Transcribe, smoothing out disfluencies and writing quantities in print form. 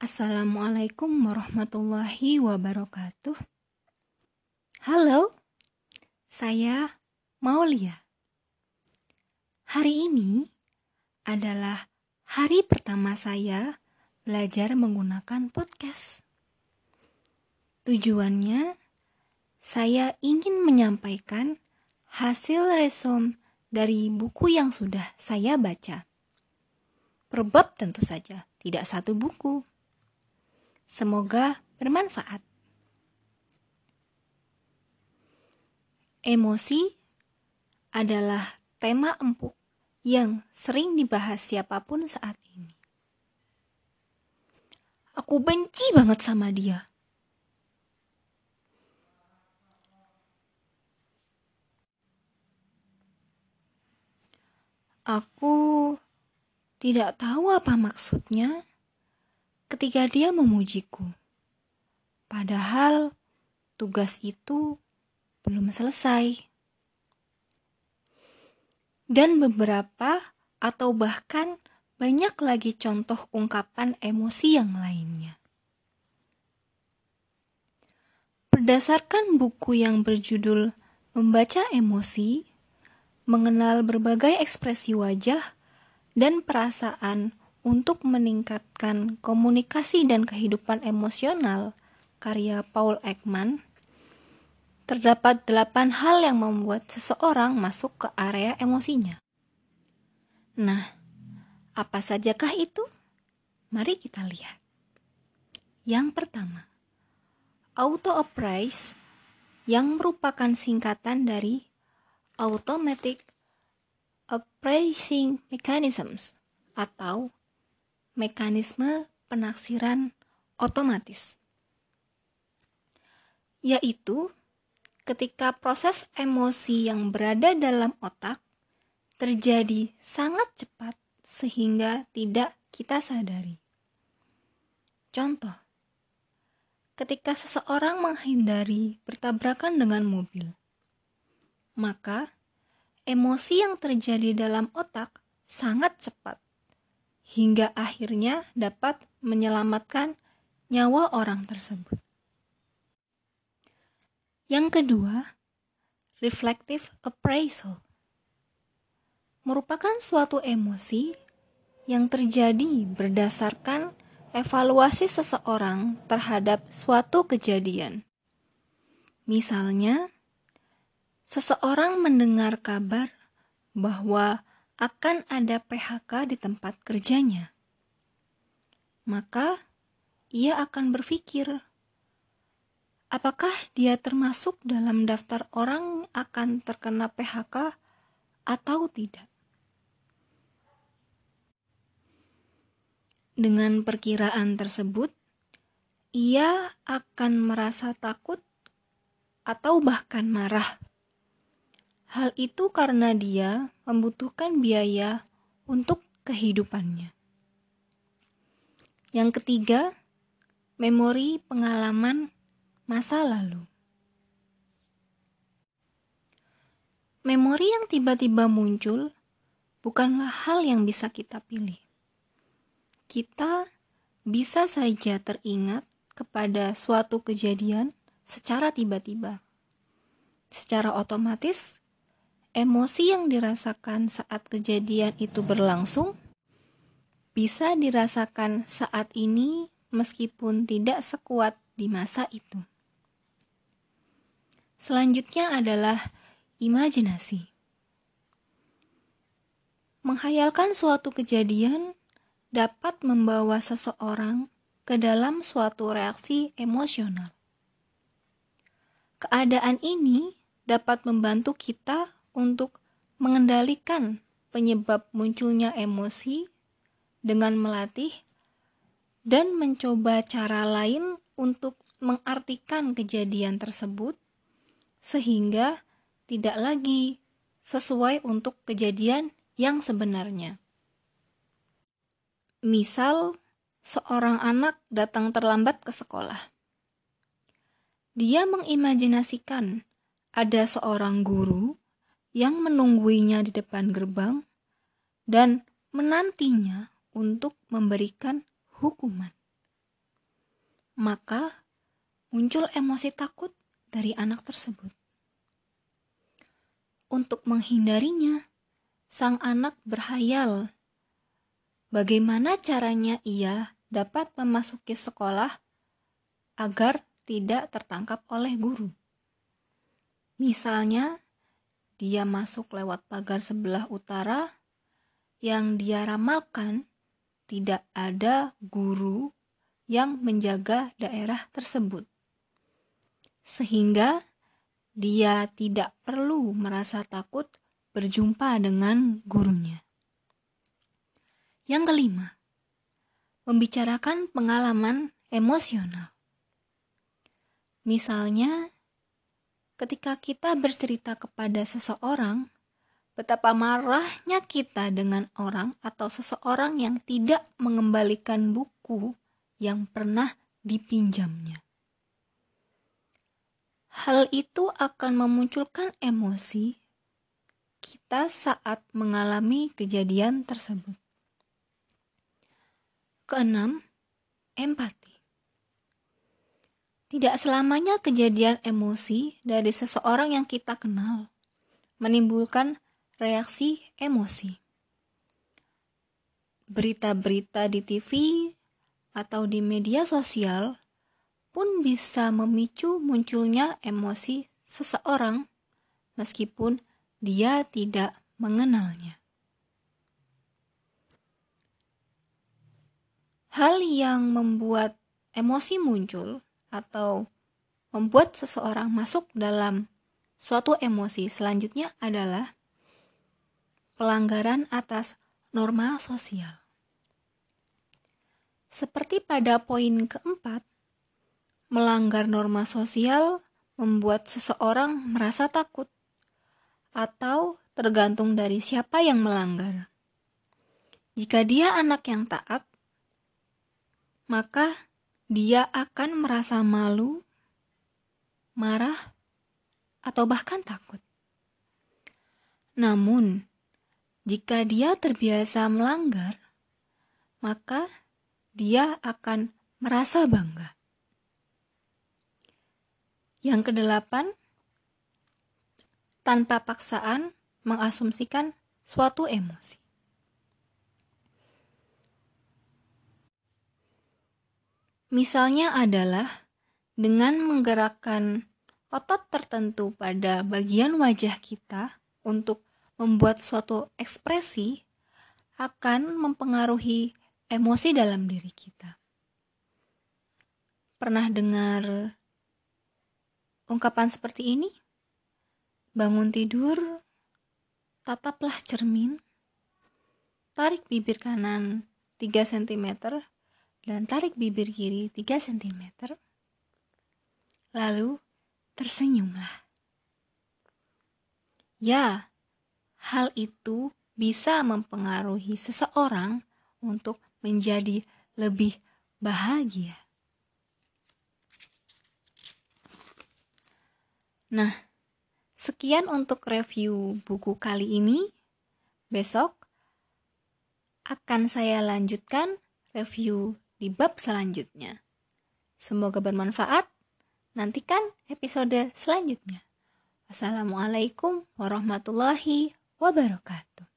Assalamualaikum warahmatullahi wabarakatuh. Halo, saya Maulia. Hari ini adalah hari pertama saya belajar menggunakan podcast. Tujuannya, saya ingin menyampaikan hasil resume dari buku yang sudah saya baca. Per bab tentu saja, tidak satu buku. Semoga bermanfaat. Emosi adalah tema empuk yang sering dibahas siapapun saat ini. Aku benci banget sama dia. Aku tidak tahu apa maksudnya ketika dia memujiku. Padahal tugas itu belum selesai. Dan beberapa atau bahkan banyak lagi contoh ungkapan emosi yang lainnya. Berdasarkan buku yang berjudul Membaca Emosi, mengenal berbagai ekspresi wajah dan perasaan untuk meningkatkan komunikasi dan kehidupan emosional, karya Paul Ekman, terdapat 8 hal yang membuat seseorang masuk ke area emosinya. Nah, apa sajakah itu? Mari kita lihat. Yang pertama, auto-appraise yang merupakan singkatan dari Automatic Appraising Mechanisms atau mekanisme penaksiran otomatis, yaitu ketika proses emosi yang berada dalam otak terjadi sangat cepat sehingga tidak kita sadari. Contoh, ketika seseorang menghindari bertabrakan dengan mobil, maka emosi yang terjadi dalam otak sangat cepat hingga akhirnya dapat menyelamatkan nyawa orang tersebut. Yang kedua, reflective appraisal merupakan suatu emosi yang terjadi berdasarkan evaluasi seseorang terhadap suatu kejadian. Misalnya, seseorang mendengar kabar bahwa akan ada PHK di tempat kerjanya. Maka, ia akan berpikir, apakah dia termasuk dalam daftar orang yang akan terkena PHK atau tidak? Dengan perkiraan tersebut, ia akan merasa takut atau bahkan marah. Hal itu karena dia membutuhkan biaya untuk kehidupannya. Yang ketiga, memori pengalaman masa lalu. Memori yang tiba-tiba muncul bukanlah hal yang bisa kita pilih. Kita bisa saja teringat kepada suatu kejadian secara tiba-tiba. Secara otomatis, emosi yang dirasakan saat kejadian itu berlangsung bisa dirasakan saat ini meskipun tidak sekuat di masa itu. Selanjutnya adalah imajinasi. Menghayalkan suatu kejadian dapat membawa seseorang ke dalam suatu reaksi emosional. Keadaan ini dapat membantu kita untuk mengendalikan penyebab munculnya emosi dengan melatih dan mencoba cara lain untuk mengartikan kejadian tersebut sehingga tidak lagi sesuai untuk kejadian yang sebenarnya. Misal, seorang anak datang terlambat ke sekolah. Dia mengimajinasikan ada seorang guru yang menungguinya di depan gerbang dan menantinya untuk memberikan hukuman. maka muncul emosi takut dari anak tersebut. Untuk menghindarinya, sang anak berhayal bagaimana caranya ia dapat memasuki sekolah agar tidak tertangkap oleh guru. Misalnya, dia masuk lewat pagar sebelah utara yang dia ramalkan tidak ada guru yang menjaga daerah tersebut. Sehingga dia tidak perlu merasa takut berjumpa dengan gurunya. Yang kelima, membicarakan pengalaman emosional. Misalnya, ketika kita bercerita kepada seseorang, betapa marahnya kita dengan orang atau seseorang yang tidak mengembalikan buku yang pernah dipinjamnya. Hal itu akan memunculkan emosi kita saat mengalami kejadian tersebut. Keenam, empati. Tidak selamanya kejadian emosi dari seseorang yang kita kenal menimbulkan reaksi emosi. Berita-berita di TV atau di media sosial pun bisa memicu munculnya emosi seseorang meskipun dia tidak mengenalnya. Hal yang membuat emosi muncul atau membuat seseorang masuk dalam suatu emosi selanjutnya adalah pelanggaran atas norma sosial. Seperti pada poin keempat, melanggar norma sosial membuat seseorang merasa takut atau tergantung dari siapa yang melanggar. Jika dia anak yang taat, maka dia akan merasa malu, marah, atau bahkan takut. Namun, jika dia terbiasa melanggar, maka dia akan merasa bangga. Yang kedelapan, tanpa paksaan mengasumsikan suatu emosi. Misalnya adalah dengan menggerakkan otot tertentu pada bagian wajah kita untuk membuat suatu ekspresi akan mempengaruhi emosi dalam diri kita. Pernah dengar ungkapan seperti ini? Bangun tidur, tataplah cermin, tarik bibir kanan 3 cm dan tarik bibir kiri 3 cm. Lalu tersenyumlah. Ya, hal itu bisa mempengaruhi seseorang untuk menjadi lebih bahagia. Nah, sekian untuk review buku kali ini. Besok akan saya lanjutkan review di bab selanjutnya. Semoga bermanfaat. Nantikan episode selanjutnya. Wassalamualaikum warahmatullahi wabarakatuh.